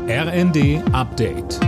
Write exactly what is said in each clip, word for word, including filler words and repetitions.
R N D Update.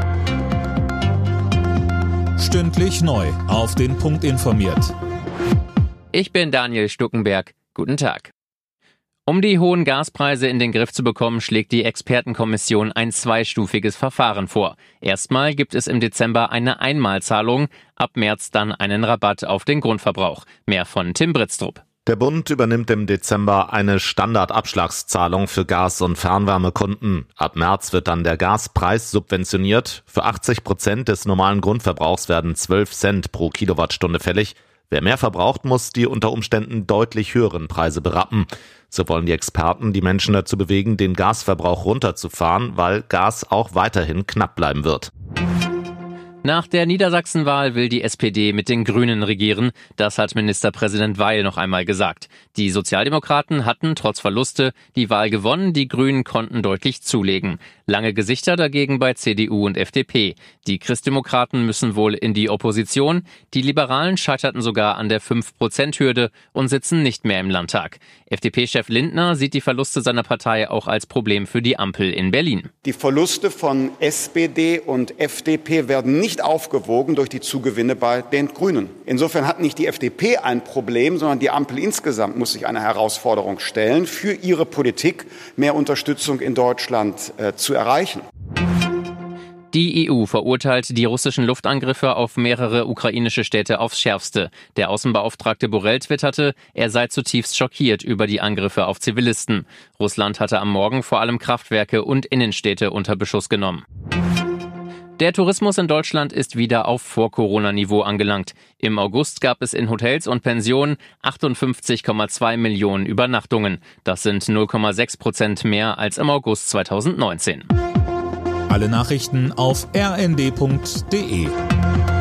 Stündlich neu auf den Punkt informiert. Ich bin Daniel Stuckenberg. Guten Tag. Um die hohen Gaspreise in den Griff zu bekommen, schlägt die Expertenkommission ein zweistufiges Verfahren vor. Erstmal gibt es im Dezember eine Einmalzahlung, ab März dann einen Rabatt auf den Grundverbrauch. Mehr von Tim Britztrup. Der Bund übernimmt im Dezember eine Standardabschlagszahlung für Gas- und Fernwärmekunden. Ab März wird dann der Gaspreis subventioniert. Für achtzig Prozent des normalen Grundverbrauchs werden zwölf Cent pro Kilowattstunde fällig. Wer mehr verbraucht, muss die unter Umständen deutlich höheren Preise berappen. So wollen die Experten die Menschen dazu bewegen, den Gasverbrauch runterzufahren, weil Gas auch weiterhin knapp bleiben wird. Nach der Niedersachsenwahl will die S P D mit den Grünen regieren. Das hat Ministerpräsident Weil noch einmal gesagt. Die Sozialdemokraten hatten trotz Verluste die Wahl gewonnen, die Grünen konnten deutlich zulegen. Lange Gesichter dagegen bei C D U und F D P. Die Christdemokraten müssen wohl in die Opposition. Die Liberalen scheiterten sogar an der fünf Prozent Hürde und sitzen nicht mehr im Landtag. F D P-Chef Lindner sieht die Verluste seiner Partei auch als Problem für die Ampel in Berlin. Die Verluste von S P D und F D P werden nicht aufgewogen durch die Zugewinne bei den Grünen. Insofern hat nicht die F D P ein Problem, sondern die Ampel insgesamt muss sich eine Herausforderung stellen, für ihre Politik mehr Unterstützung in Deutschland äh, zu erreichen. Die E U verurteilt die russischen Luftangriffe auf mehrere ukrainische Städte aufs Schärfste. Der Außenbeauftragte Borrell twitterte, er sei zutiefst schockiert über die Angriffe auf Zivilisten. Russland hatte am Morgen vor allem Kraftwerke und Innenstädte unter Beschuss genommen. Der Tourismus in Deutschland ist wieder auf Vor-Corona-Niveau angelangt. Im August gab es in Hotels und Pensionen achtundfünfzig Komma zwei Millionen Übernachtungen. Das sind null Komma sechs Prozent mehr als im August zweitausendneunzehn. Alle Nachrichten auf r n d punkt d e.